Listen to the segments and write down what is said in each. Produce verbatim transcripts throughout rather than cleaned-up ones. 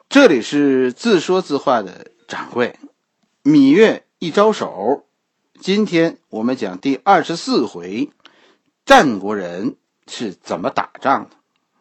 这里是自说自话的掌柜，芈月一招手。今天我们讲第二十四回，战国人是怎么打仗的。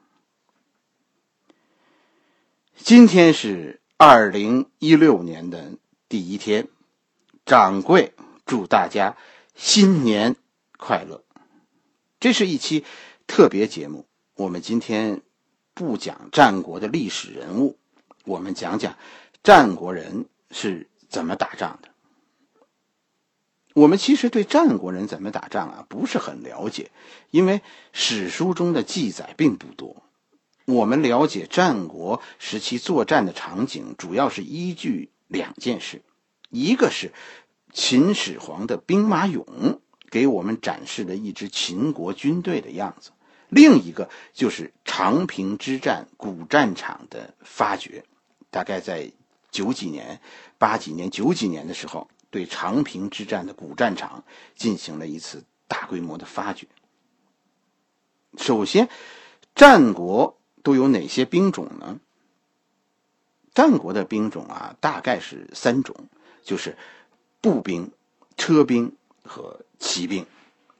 今天是二零一六年的第一天，掌柜祝大家新年快乐。这是一期特别节目，我们今天不讲战国的历史人物，我们讲讲战国人是怎么打仗的。我们其实对战国人怎么打仗啊不是很了解，因为史书中的记载并不多。我们了解战国时期作战的场景，主要是依据两件事，一个是秦始皇的兵马俑给我们展示了一支秦国军队的样子，另一个就是长平之战古战场的发掘。大概在九几年、八几年、九几年的时候，对长平之战的古战场进行了一次大规模的发掘。首先，战国都有哪些兵种呢？战国的兵种啊，大概是三种，就是步兵、车兵和骑兵。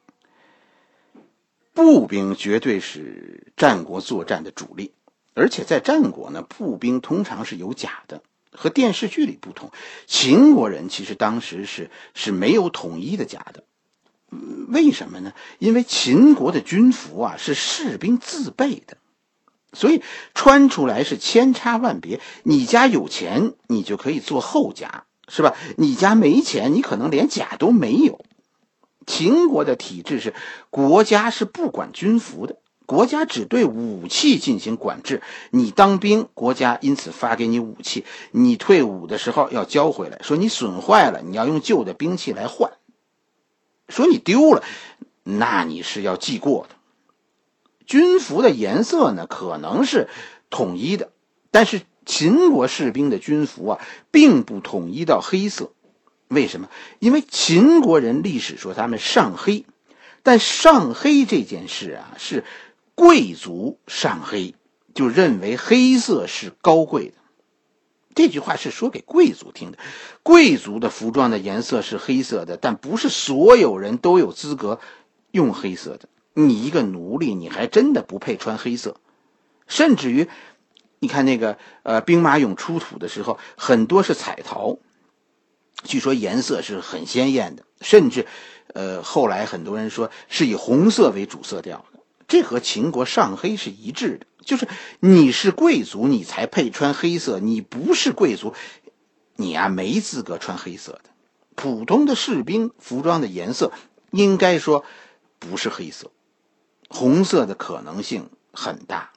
步兵绝对是战国作战的主力，而且在战国呢，步兵通常是有甲的。和电视剧里不同，秦国人其实当时是是没有统一的甲的。为什么呢？因为秦国的军服啊是士兵自备的，所以穿出来是千差万别。你家有钱，你就可以做厚甲，是吧？你家没钱，你可能连甲都没有。秦国的体制是国家是不管军服的，国家只对武器进行管制。你当兵，国家因此发给你武器，你退伍的时候要交回来，说你损坏了，你要用旧的兵器来换，说你丢了，那你是要记过的。军服的颜色呢，可能是统一的，但是秦国士兵的军服啊，并不统一到黑色。为什么？因为秦国人历史说他们上黑，但上黑这件事啊，是贵族上黑，就认为黑色是高贵的。这句话是说给贵族听的，贵族的服装的颜色是黑色的，但不是所有人都有资格用黑色的。你一个奴隶，你还真的不配穿黑色。甚至于你看那个呃兵马俑出土的时候，很多是彩陶，据说颜色是很鲜艳的，甚至呃后来很多人说是以红色为主色调的。这和秦国上黑是一致的，就是你是贵族你才配穿黑色，你不是贵族你啊没资格穿黑色的。普通的士兵服装的颜色应该说不是黑色，红色的可能性很大。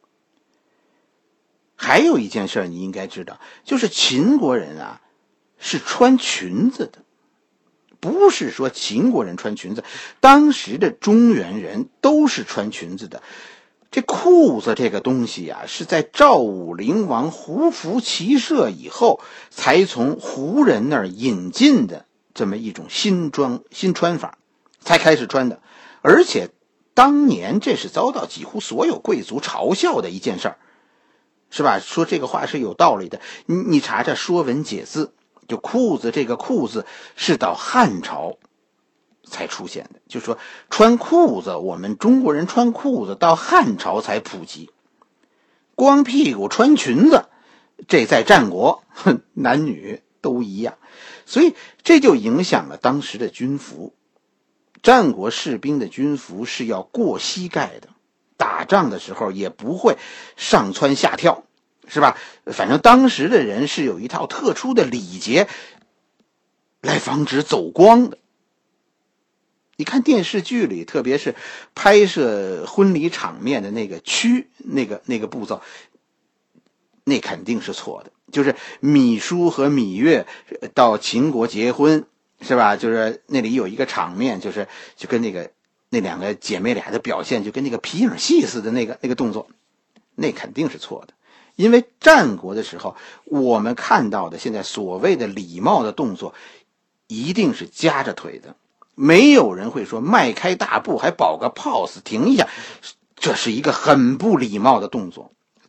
还有一件事你应该知道，就是秦国人啊是穿裙子的。不是说秦国人穿裙子，当时的中原人都是穿裙子的。这裤子这个东西啊，是在赵武灵王胡服骑射以后，才从胡人那儿引进的这么一种新装新穿法，才开始穿的。而且当年这是遭到几乎所有贵族嘲笑的一件事儿，是吧？说这个话是有道理的。你你查查《说文解字》，就裤子这个裤子是到汉朝才出现的，就是说穿裤子，我们中国人穿裤子到汉朝才普及。光屁股穿裙子，这在战国男女都一样，所以这就影响了当时的军服。战国士兵的军服是要过膝盖的，打仗的时候也不会上蹿下跳，是吧？反正当时的人是有一套特殊的礼节来防止走光的。你看电视剧里，特别是拍摄婚礼场面的那个屈那个那个步骤，那肯定是错的。就是芈姝和芈月到秦国结婚，是吧？就是那里有一个场面，就是就跟那个那两个姐妹俩的表现，就跟那个皮影戏似的那个那个动作，那肯定是错的。因为战国的时候，我们看到的现在所谓的礼貌的动作，一定是夹着腿的，没有人会说迈开大步还保个 pose 停一下，这是一个很不礼貌的动作。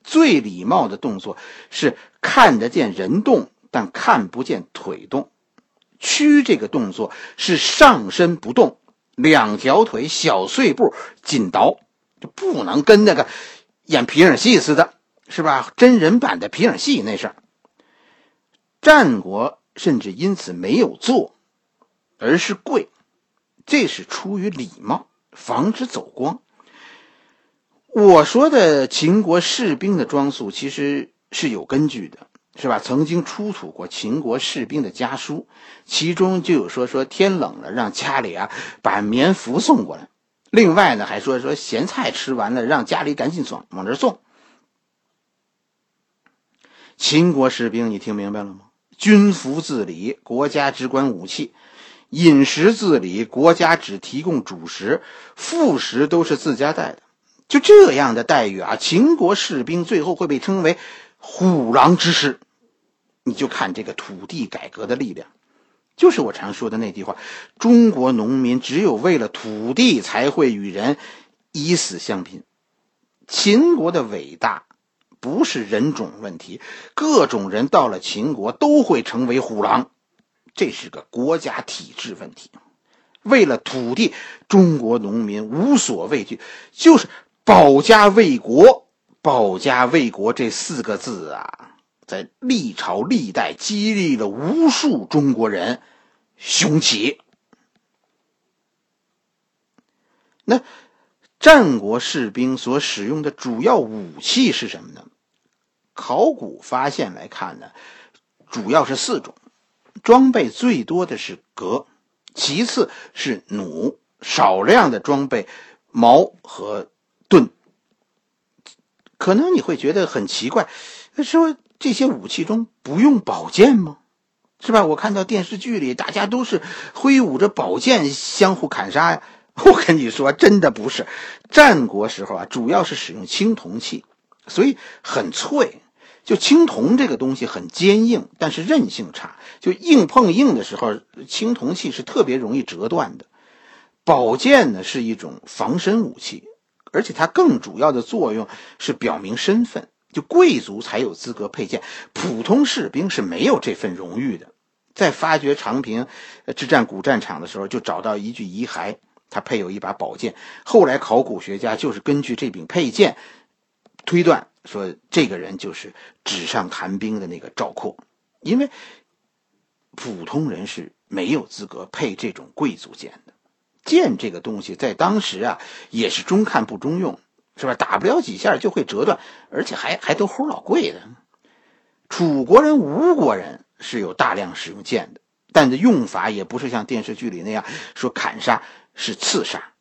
最礼貌的动作是看得见人动，但看不见腿动。屈这个动作是上身不动，两条腿小碎步紧倒，就不能跟那个演皮影戏似的，是吧？真人版的皮影戏那是。战国甚至因此没有坐，而是跪，这是出于礼貌，防止走光。我说的秦国士兵的装束其实是有根据的，是吧？曾经出土过秦国士兵的家书，其中就有说说天冷了让家里啊把棉服送过来，另外呢还说说咸菜吃完了让家里赶紧送往这送。秦国士兵你听明白了吗？军服自理，国家只管武器；饮食自理，国家只提供主食，副食都是自家带的。就这样的待遇啊，秦国士兵最后会被称为虎狼之师。你就看这个土地改革的力量，就是我常说的那句话，中国农民只有为了土地才会与人以死相拼。秦国的伟大不是人种问题，各种人到了秦国都会成为虎狼，这是个国家体制问题。为了土地，中国农民无所畏惧，就是保家卫国。保家卫国这四个字啊，在历朝历代激励了无数中国人雄起。那战国士兵所使用的主要武器是什么呢？考古发现来看呢，主要是四种。装备最多的是戈，其次是弩，少量的装备矛和盾。可能你会觉得很奇怪，说这些武器中不用宝剑吗？是吧？我看到电视剧里大家都是挥舞着宝剑相互砍杀呀。我跟你说真的不是，战国时候啊，主要是使用青铜器，所以很脆。就青铜这个东西很坚硬，但是韧性差，就硬碰硬的时候，青铜器是特别容易折断的。宝剑呢是一种防身武器，而且它更主要的作用是表明身份，就贵族才有资格佩剑，普通士兵是没有这份荣誉的。在发掘长平之战古战场的时候，就找到一具遗骸，它配有一把宝剑。后来考古学家就是根据这柄佩剑推断说，这个人就是纸上谈兵的那个赵括。因为普通人是没有资格配这种贵族剑的。剑这个东西在当时啊也是中看不中用，是吧？打不了几下就会折断，而且还还都齁老贵的。楚国人、吴国人是有大量使用剑的，但的用法也不是像电视剧里那样说砍杀，是刺杀。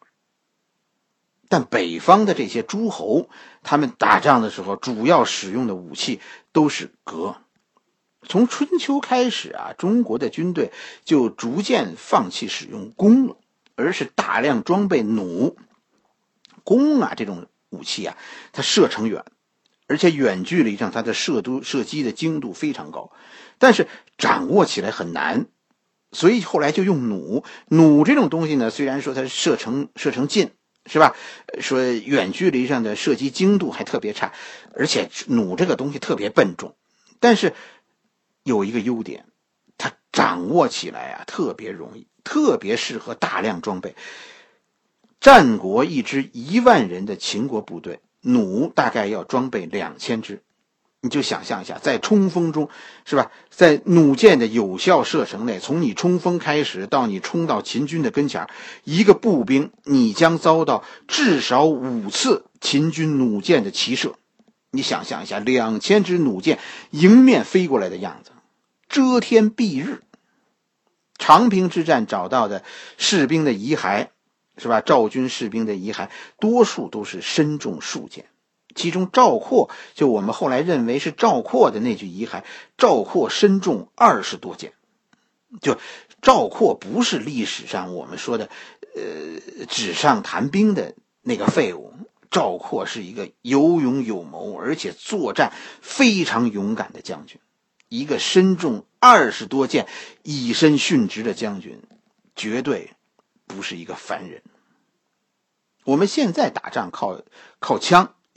但北方的这些诸侯，他们打仗的时候主要使用的武器都是戈。从春秋开始啊，中国的军队就逐渐放弃使用弓了，而是大量装备弩。弓啊这种武器啊，它射程远，而且远距离上它的射度射击的精度非常高，但是掌握起来很难，所以后来就用弩。弩这种东西呢，虽然说它射程射程近，是吧？说远距离上的射击精度还特别差，而且弩这个东西特别笨重，但是有一个优点，它掌握起来啊特别容易，特别适合大量装备。战国一支一万人的秦国部队，弩大概要装备两千支。你就想象一下，在冲锋中，是吧？在弩箭的有效射程内，从你冲锋开始到你冲到秦军的跟前，一个步兵你将遭到至少五次秦军弩箭的齐射。你想象一下，两千支弩箭迎面飞过来的样子，遮天蔽日。长平之战找到的士兵的遗骸，是吧？赵军士兵的遗骸多数都是身中数箭，其中赵括，就我们后来认为是赵括的那具遗骸，赵括身中二十多箭。就赵括不是历史上我们说的呃纸上谈兵的那个废物，赵括是一个有勇有谋，而且作战非常勇敢的将军。一个身中二十多箭以身殉职的将军，绝对不是一个凡人。我们现在打仗靠靠枪，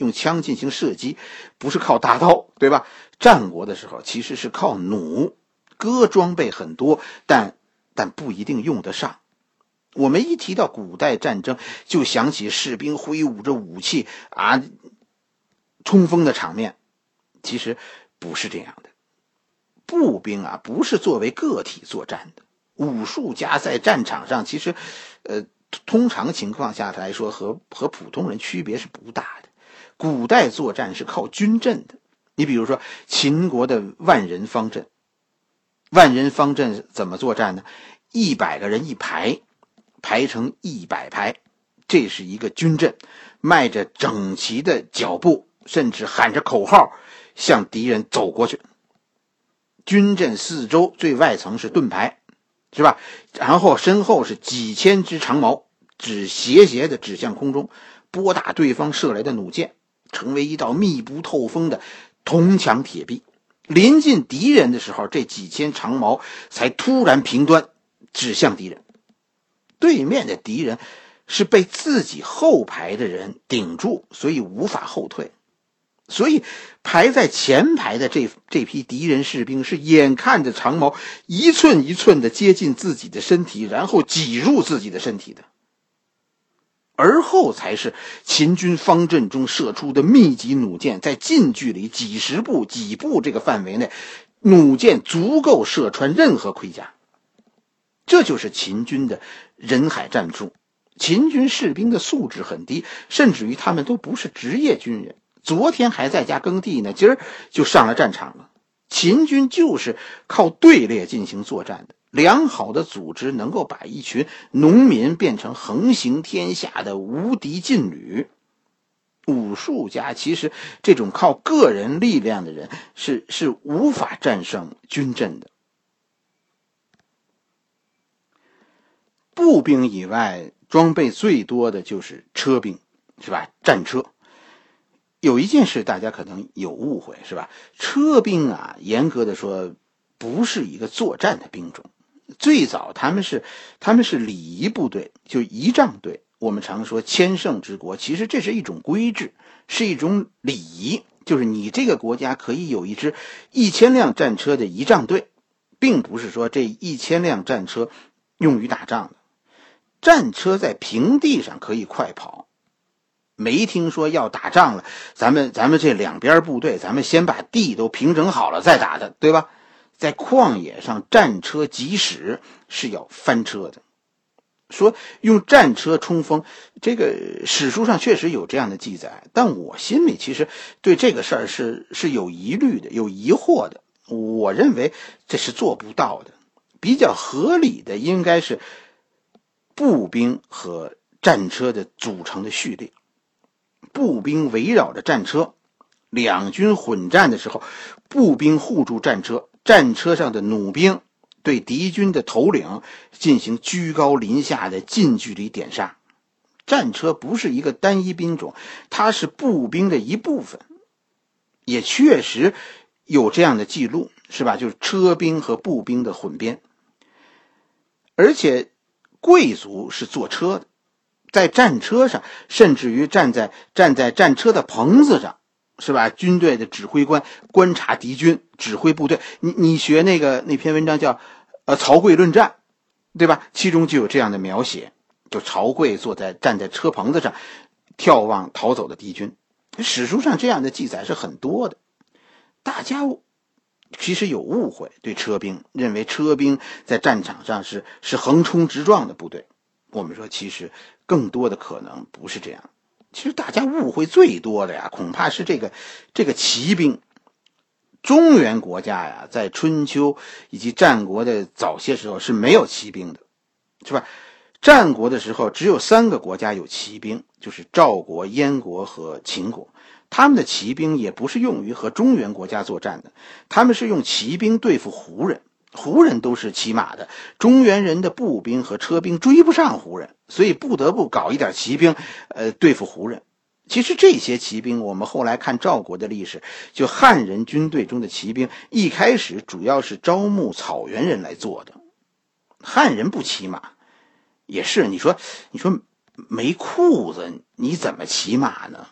用枪进行射击，不是靠大刀，对吧？战国的时候其实是靠弩，戈装备很多，但但不一定用得上。我们一提到古代战争，就想起士兵挥舞着武器啊，冲锋的场面，其实不是这样的。步兵啊，不是作为个体作战的。武术家在战场上，其实，呃，通常情况下来说，和和普通人区别是不大的。古代作战是靠军阵的。你比如说秦国的万人方阵，万人方阵怎么作战呢？一百个人一排，排成一百排，这是一个军阵，迈着整齐的脚步，甚至喊着口号向敌人走过去。军阵四周最外层是盾牌，是吧？然后身后是几千支长矛，指斜斜的指向空中，拨打对方射来的弩箭，成为一道密不透风的铜墙铁壁。临近敌人的时候，这几千长矛才突然平端指向敌人。对面的敌人是被自己后排的人顶住，所以无法后退。所以排在前排的这这批敌人士兵是眼看着长矛一寸一寸的接近自己的身体，然后挤入自己的身体的。而后才是秦军方阵中射出的密集弩箭，在近距离几十步几步这个范围内，弩箭足够射穿任何盔甲。这就是秦军的人海战术。秦军士兵的素质很低，甚至于他们都不是职业军人，昨天还在家耕地呢，今儿就上了战场了。秦军就是靠队列进行作战的，良好的组织能够把一群农民变成横行天下的无敌劲旅。武术家其实这种靠个人力量的人是是无法战胜军阵的。步兵以外，装备最多的就是车兵，是吧？战车。有一件事大家可能有误会，是吧？车兵啊，严格的说不是一个作战的兵种。最早他们是他们是礼仪部队，就仪仗队。我们常说千乘之国，其实这是一种规制，是一种礼仪，就是你这个国家可以有一支一千辆战车的仪仗队，并不是说这一千辆战车用于打仗的。战车在平地上可以快跑，没听说要打仗了，咱们咱们这两边部队，咱们先把地都平整好了再打的，对吧？在旷野上，战车疾驶是要翻车的。说用战车冲锋，这个史书上确实有这样的记载，但我心里其实对这个事儿是是有疑虑的，有疑惑的。我认为这是做不到的。比较合理的应该是步兵和战车的组成的序列。步兵围绕着战车，两军混战的时候，步兵护住战车，战车上的弩兵对敌军的头领进行居高临下的近距离点杀。战车不是一个单一兵种，它是步兵的一部分。也确实有这样的记录，是吧？就是车兵和步兵的混编。而且贵族是坐车的，在战车上，甚至于站在站在战车的棚子上，是吧？军队的指挥官观察敌军，指挥部队。你你学那个那篇文章叫呃曹刿论战，对吧？其中就有这样的描写，就曹刿坐在站在车棚子上，眺望逃走的敌军。史书上这样的记载是很多的。大家其实有误会，对车兵认为车兵在战场上是是横冲直撞的部队。我们说其实更多的可能不是这样。其实大家误会最多的呀，恐怕是这个这个骑兵。中原国家呀，在春秋以及战国的早些时候是没有骑兵的，是吧？战国的时候只有三个国家有骑兵，就是赵国、燕国和秦国。他们的骑兵也不是用于和中原国家作战的，他们是用骑兵对付胡人。胡人都是骑马的，中原人的步兵和车兵追不上胡人，所以不得不搞一点骑兵呃，对付胡人。其实这些骑兵，我们后来看赵国的历史，就汉人军队中的骑兵一开始主要是招募草原人来做的。汉人不骑马，也是你说你说没裤子你怎么骑马呢？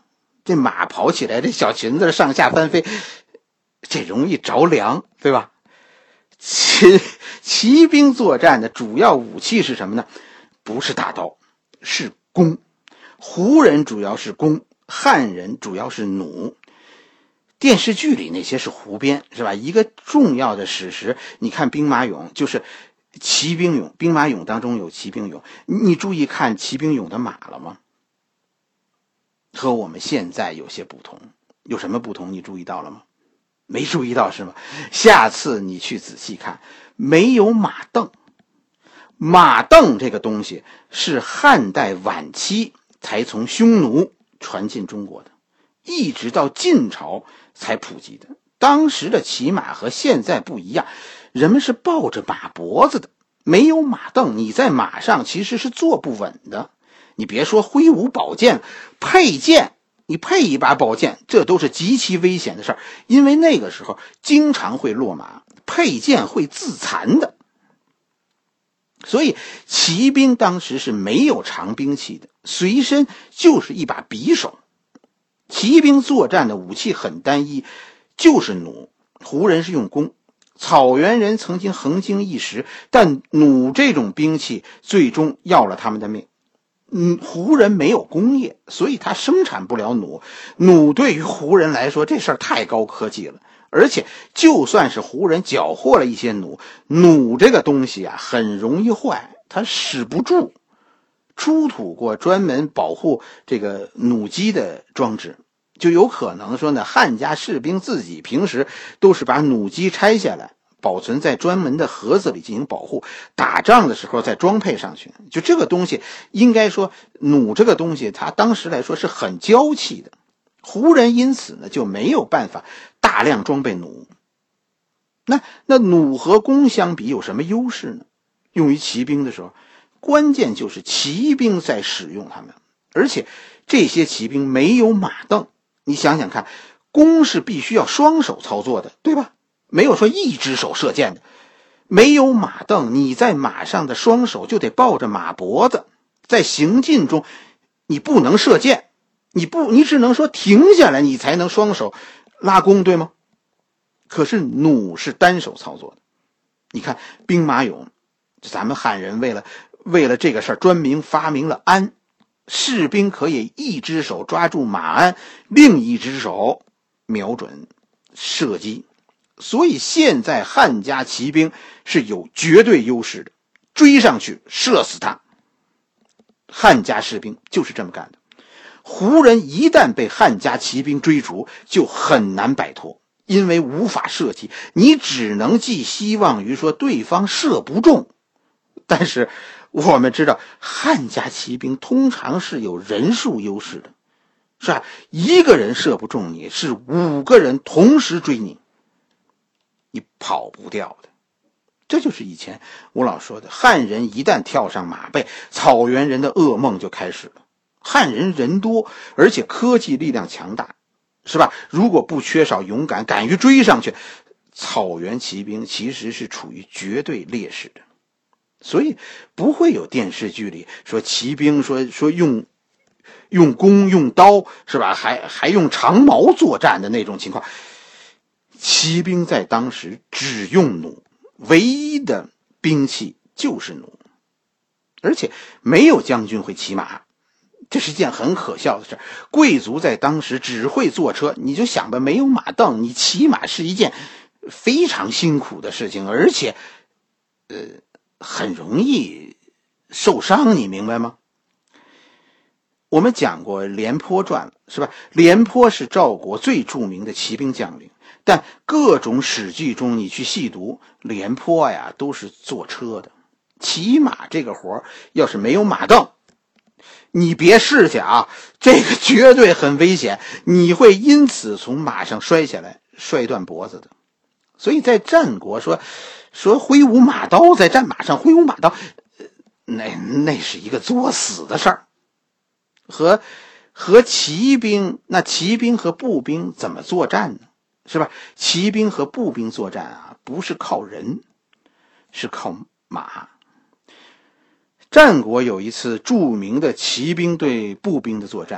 这马跑起来，这小裙子上下翻飞，这容易着凉，对吧？骑骑兵作战的主要武器是什么呢？不是大刀，是弓。胡人主要是弓，汉人主要是弩。电视剧里那些是胡编，是吧？一个重要的史实，你看兵马俑，就是骑兵俑，兵马俑当中有骑兵俑，你注意看骑兵俑的马了吗？和我们现在有些不同。有什么不同？你注意到了吗？没注意到是吗？下次你去仔细看，没有马镫。马镫这个东西是汉代晚期才从匈奴传进中国的，一直到晋朝才普及的。当时的骑马和现在不一样，人们是抱着马脖子的，没有马镫，你在马上其实是坐不稳的。你别说挥舞宝剑，佩剑，你配一把宝剑，这都是极其危险的事儿，因为那个时候经常会落马，佩剑会自残的。所以骑兵当时是没有长兵器的，随身就是一把匕首。骑兵作战的武器很单一，就是弩。胡人是用弓，草原人曾经横经一时，但弩这种兵器最终要了他们的命。嗯，胡人没有工业，所以他生产不了弩。弩对于胡人来说，这事儿太高科技了。而且就算是胡人缴获了一些弩，弩这个东西啊很容易坏，它使不住。出土过专门保护这个弩机的装置，就有可能说呢，汉家士兵自己平时都是把弩机拆下来，保存在专门的盒子里进行保护，打仗的时候再装配上去。就这个东西，应该说弩这个东西，它当时来说是很娇气的。胡人因此呢就没有办法大量装备弩。那那弩和弓相比有什么优势呢？用于骑兵的时候，关键就是骑兵在使用它们，而且这些骑兵没有马镫。你想想看，弓是必须要双手操作的，对吧？没有说一只手射箭的。没有马镫，你在马上的双手就得抱着马脖子，在行进中你不能射箭，你不你只能说停下来，你才能双手拉弓，对吗？可是弩是单手操作的。你看兵马俑，咱们汉人为了为了这个事儿专门发明了鞍，士兵可以一只手抓住马鞍，另一只手瞄准射击。所以现在汉家骑兵是有绝对优势的，追上去射死他。汉家士兵就是这么干的。胡人一旦被汉家骑兵追逐，就很难摆脱，因为无法射击，你只能寄希望于说对方射不中。但是我们知道汉家骑兵通常是有人数优势的，是吧？一个人射不中你，是五个人同时追你，你跑不掉的。这就是以前我老说的，汉人一旦跳上马背，草原人的噩梦就开始了。汉人人多，而且科技力量强大，是吧？如果不缺少勇敢，敢于追上去，草原骑兵其实是处于绝对劣势的。所以不会有电视剧里说骑兵说说用用弓用刀，是吧？还还用长矛作战的那种情况。骑兵在当时只用弩，唯一的兵器就是弩，而且没有将军会骑马，这是一件很可笑的事。贵族在当时只会坐车，你就想吧，没有马镫，你骑马是一件非常辛苦的事情，而且呃很容易受伤，你明白吗？我们讲过廉颇传，是吧？廉颇是赵国最著名的骑兵将领，但各种史记中你去细读，廉颇呀都是坐车的。骑马这个活要是没有马镫，你别试去啊，这个绝对很危险，你会因此从马上摔下来，摔断脖子的。所以在战国说说挥舞马刀，在战马上挥舞马刀，那那是一个作死的事儿。和和骑兵，那骑兵和步兵怎么作战呢？是吧？骑兵和步兵作战啊，不是靠人，是靠马。战国有一次著名的骑兵对步兵的作战，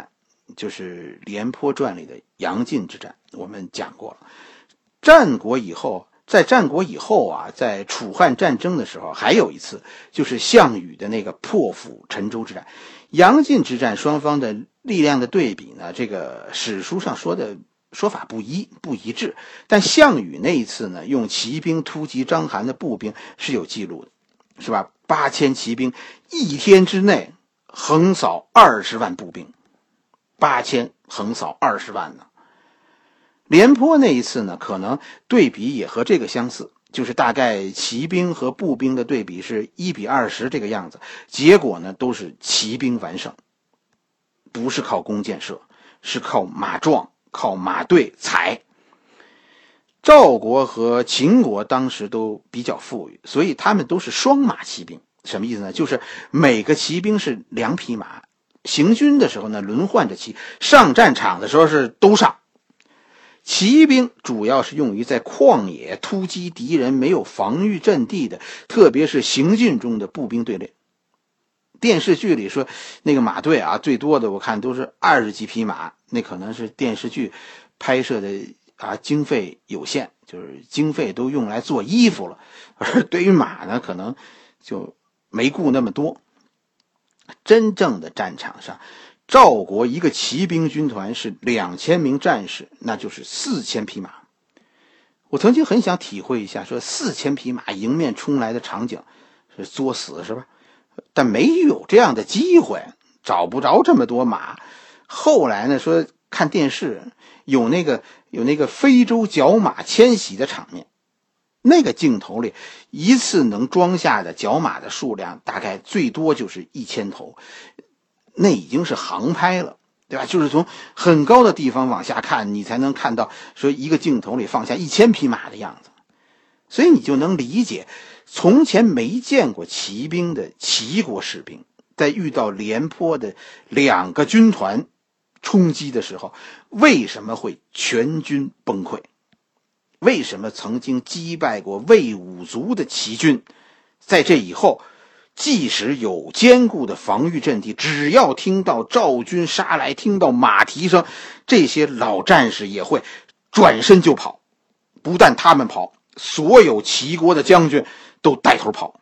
就是《廉颇传》里的杨进之战，我们讲过了。战国以后，在战国以后啊，在楚汉战争的时候，还有一次，就是项羽的那个破釜沉舟之战。杨进之战双方的力量的对比呢，这个史书上说的说法不一不一致，但项羽那一次呢，用骑兵突击章邯的步兵是有记录的，是吧？八千骑兵一天之内横扫二十万步兵，八千横扫二十万呢。廉颇那一次呢，可能对比也和这个相似，就是大概骑兵和步兵的对比是一比二十这个样子，结果呢都是骑兵完胜，不是靠弓箭射，是靠马壮，靠马队踩。赵国和秦国当时都比较富裕，所以他们都是双马骑兵。什么意思呢？就是每个骑兵是两匹马，行军的时候呢轮换着骑，上战场的时候是都上。骑兵主要是用于在旷野突击敌人没有防御阵地的，特别是行进中的步兵队列。电视剧里说那个马队啊，最多的我看都是二十几匹马，那可能是电视剧拍摄的啊经费有限，就是经费都用来做衣服了，而对于马呢，可能就没顾那么多。真正的战场上，赵国一个骑兵军团是两千名战士，那就是四千匹马。我曾经很想体会一下，说四千匹马迎面冲来的场景，是作死是吧？但没有这样的机会，找不着这么多马。后来呢，说看电视有那个有那个非洲角马迁徙的场面，那个镜头里一次能装下的角马的数量大概最多就是一千头。那已经是航拍了，对吧？就是从很高的地方往下看，你才能看到说一个镜头里放下一千匹马的样子。所以你就能理解，从前没见过骑兵的齐国士兵，在遇到廉颇的两个军团冲击的时候，为什么会全军崩溃？为什么曾经击败过魏武卒的齐军，在这以后即使有坚固的防御阵地，只要听到赵军杀来，听到马蹄声，这些老战士也会转身就跑。不但他们跑，所有齐国的将军都带头跑。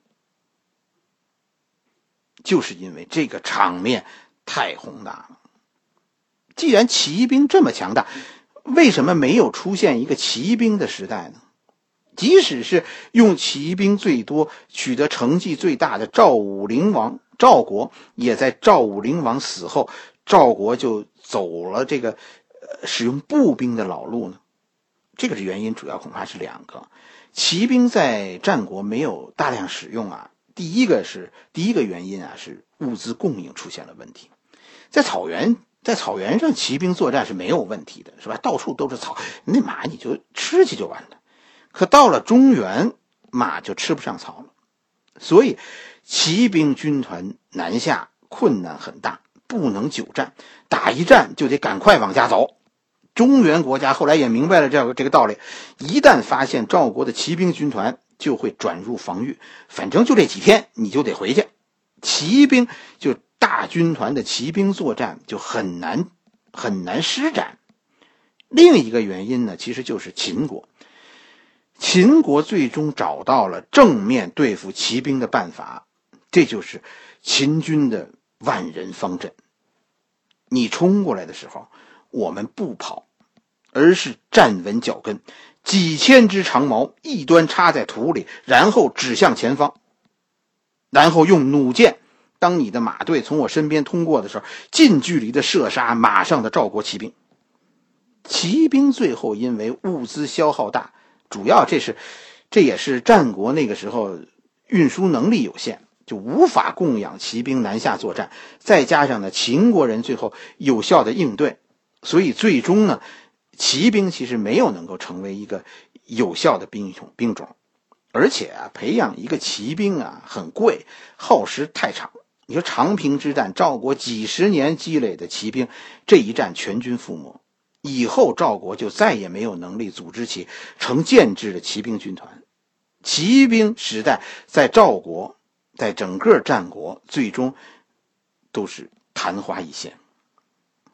就是因为这个场面太宏大了。既然骑兵这么强大，为什么没有出现一个骑兵的时代呢？即使是用骑兵最多、取得成绩最大的赵武灵王赵国，也在赵武灵王死后，赵国就走了这个、呃、使用步兵的老路呢？这个原因主要恐怕是两个。骑兵在战国没有大量使用啊，第一个是第一个原因啊是物资供应出现了问题。在草原在草原上骑兵作战是没有问题的，是吧？到处都是草，那马你就吃去就完了。可到了中原，马就吃不上草了，所以骑兵军团南下困难很大，不能久战，打一战就得赶快往家走。中原国家后来也明白了这个这个道理，一旦发现赵国的骑兵军团，就会转入防御，反正就这几天你就得回去。骑兵就大军团的骑兵作战就很难很难施展。另一个原因呢，其实就是秦国。秦国最终找到了正面对付骑兵的办法，这就是秦军的万人方阵。你冲过来的时候，我们不跑，而是站稳脚跟，几千支长矛一端插在土里，然后指向前方，然后用弩箭，当你的马队从我身边通过的时候，近距离的射杀马上的赵国骑兵。骑兵最后因为物资消耗大，主要这是这也是战国那个时候运输能力有限，就无法供养骑兵南下作战，再加上呢秦国人最后有效的应对，所以最终呢骑兵其实没有能够成为一个有效的兵种兵种。而且啊培养一个骑兵啊很贵，耗时太长。你说长平之战，赵国几十年积累的骑兵，这一战全军覆没，以后赵国就再也没有能力组织起成建制的骑兵军团。骑兵时代在赵国，在整个战国最终都是昙花一现。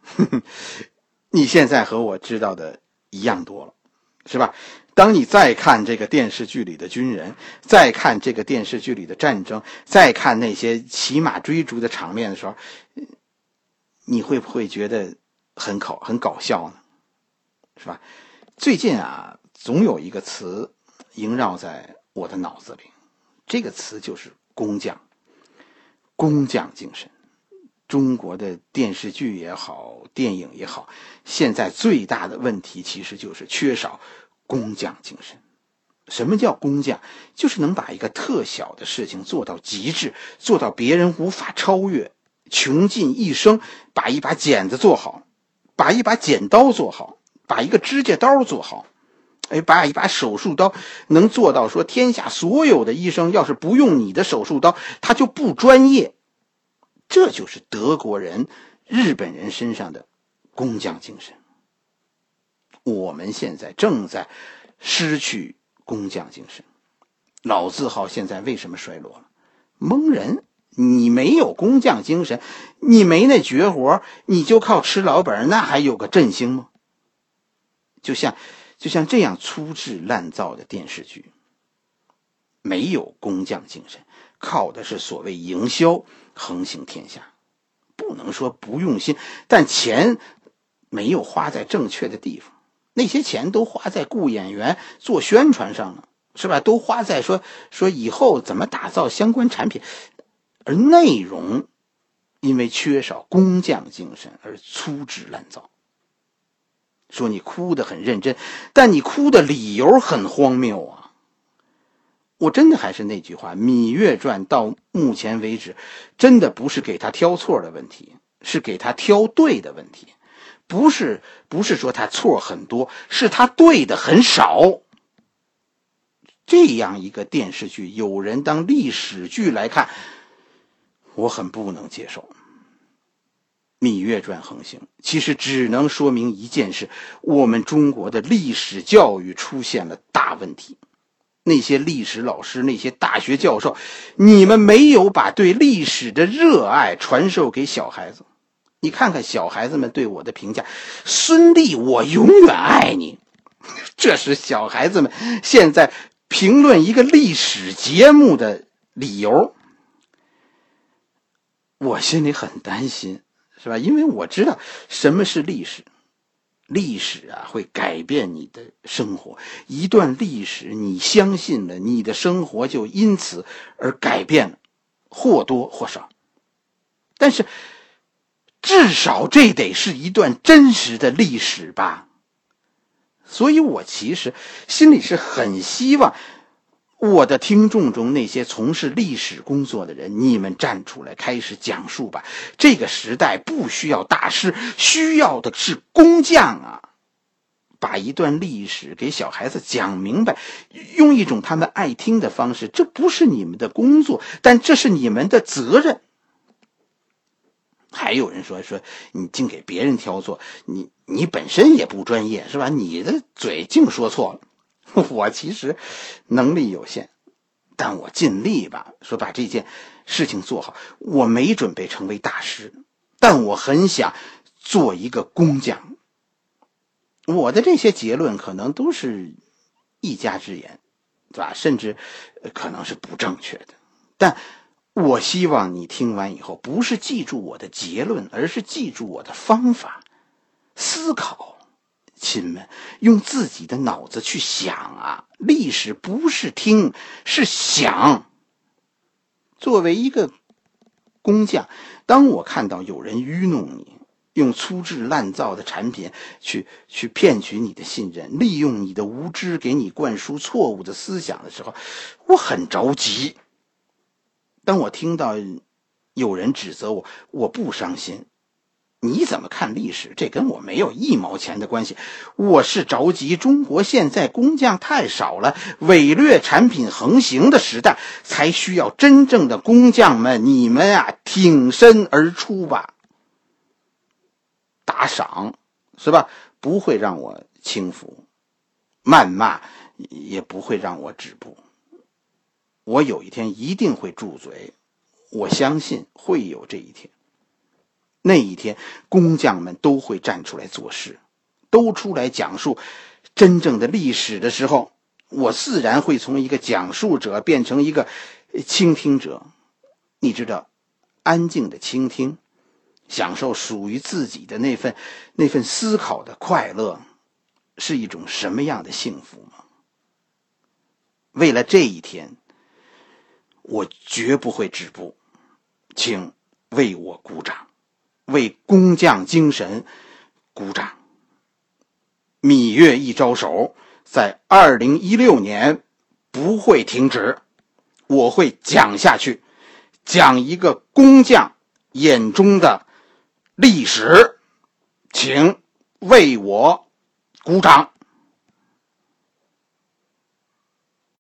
你现在和我知道的一样多了，是吧？当你再看这个电视剧里的军人，再看这个电视剧里的战争，再看那些骑马追逐的场面的时候，你会不会觉得很搞很搞笑呢？是吧？最近啊，总有一个词萦绕在我的脑子里，这个词就是工匠。工匠精神。中国的电视剧也好，电影也好，现在最大的问题其实就是缺少工匠精神。什么叫工匠？就是能把一个特小的事情做到极致，做到别人无法超越，穷尽一生把一把剪子做好，把一把剪刀做好，把一个指甲刀做好，哎，把一把手术刀能做到说天下所有的医生要是不用你的手术刀，他就不专业。这就是德国人、日本人身上的工匠精神。我们现在正在失去工匠精神。老字号现在为什么衰落了？蒙人，你没有工匠精神，你没那绝活，你就靠吃老本，那还有个振兴吗？就像就像这样粗制滥造的电视剧，没有工匠精神，靠的是所谓营销横行天下。不能说不用心，但钱没有花在正确的地方，那些钱都花在雇演员做宣传上了，是吧？都花在说说以后怎么打造相关产品，而内容因为缺少工匠精神而粗制滥造。说你哭得很认真，但你哭的理由很荒谬啊。我真的还是那句话，《芈月传》到目前为止真的不是给他挑错的问题，是给他挑对的问题。不是不是说他错很多，是他对的很少。这样一个电视剧有人当历史剧来看，我很不能接受。芈月传横行其实只能说明一件事，我们中国的历史教育出现了大问题。那些历史老师，那些大学教授，你们没有把对历史的热爱传授给小孩子。你看看小孩子们对我的评价，孙俪我永远爱你，这是小孩子们现在评论一个历史节目的理由。我心里很担心，是吧？因为我知道什么是历史。历史啊，会改变你的生活。一段历史你相信了，你的生活就因此而改变了，或多或少。但是至少这得是一段真实的历史吧。所以我其实心里是很希望我的听众中那些从事历史工作的人，你们站出来开始讲述吧。这个时代不需要大师，需要的是工匠啊！把一段历史给小孩子讲明白，用一种他们爱听的方式，这不是你们的工作，但这是你们的责任。还有人说说你净给别人挑错，你你本身也不专业，是吧？你的嘴净说错了。我其实能力有限，但我尽力吧，说把这件事情做好。我没准备成为大师，但我很想做一个工匠。我的这些结论可能都是一家之言，对吧？甚至可能是不正确的，但我希望你听完以后不是记住我的结论，而是记住我的方法。思考，亲们，用自己的脑子去想啊，历史不是听，是想。作为一个工匠，当我看到有人愚弄你，用粗制滥造的产品去去骗取你的信任，利用你的无知给你灌输错误的思想的时候，我很着急。当我听到有人指责我，我不伤心。你怎么看历史？这跟我没有一毛钱的关系。我是着急，中国现在工匠太少了，伪劣产品横行的时代，才需要真正的工匠们，你们啊，挺身而出吧。打赏，是吧？不会让我轻浮，谩骂也不会让我止步。我有一天一定会住嘴，我相信会有这一天。 那一天工匠们都会站出来做事，都出来讲述真正的历史的时候，我自然会从一个讲述者变成一个倾听者。你知道，安静的倾听，享受属于自己的那份那份思考的快乐，是一种什么样的幸福吗？为了这一天，我绝不会止步，请为我鼓掌，为工匠精神鼓掌。芈月一招手，在二零一六年不会停止，我会讲下去，讲一个工匠眼中的历史，请为我鼓掌。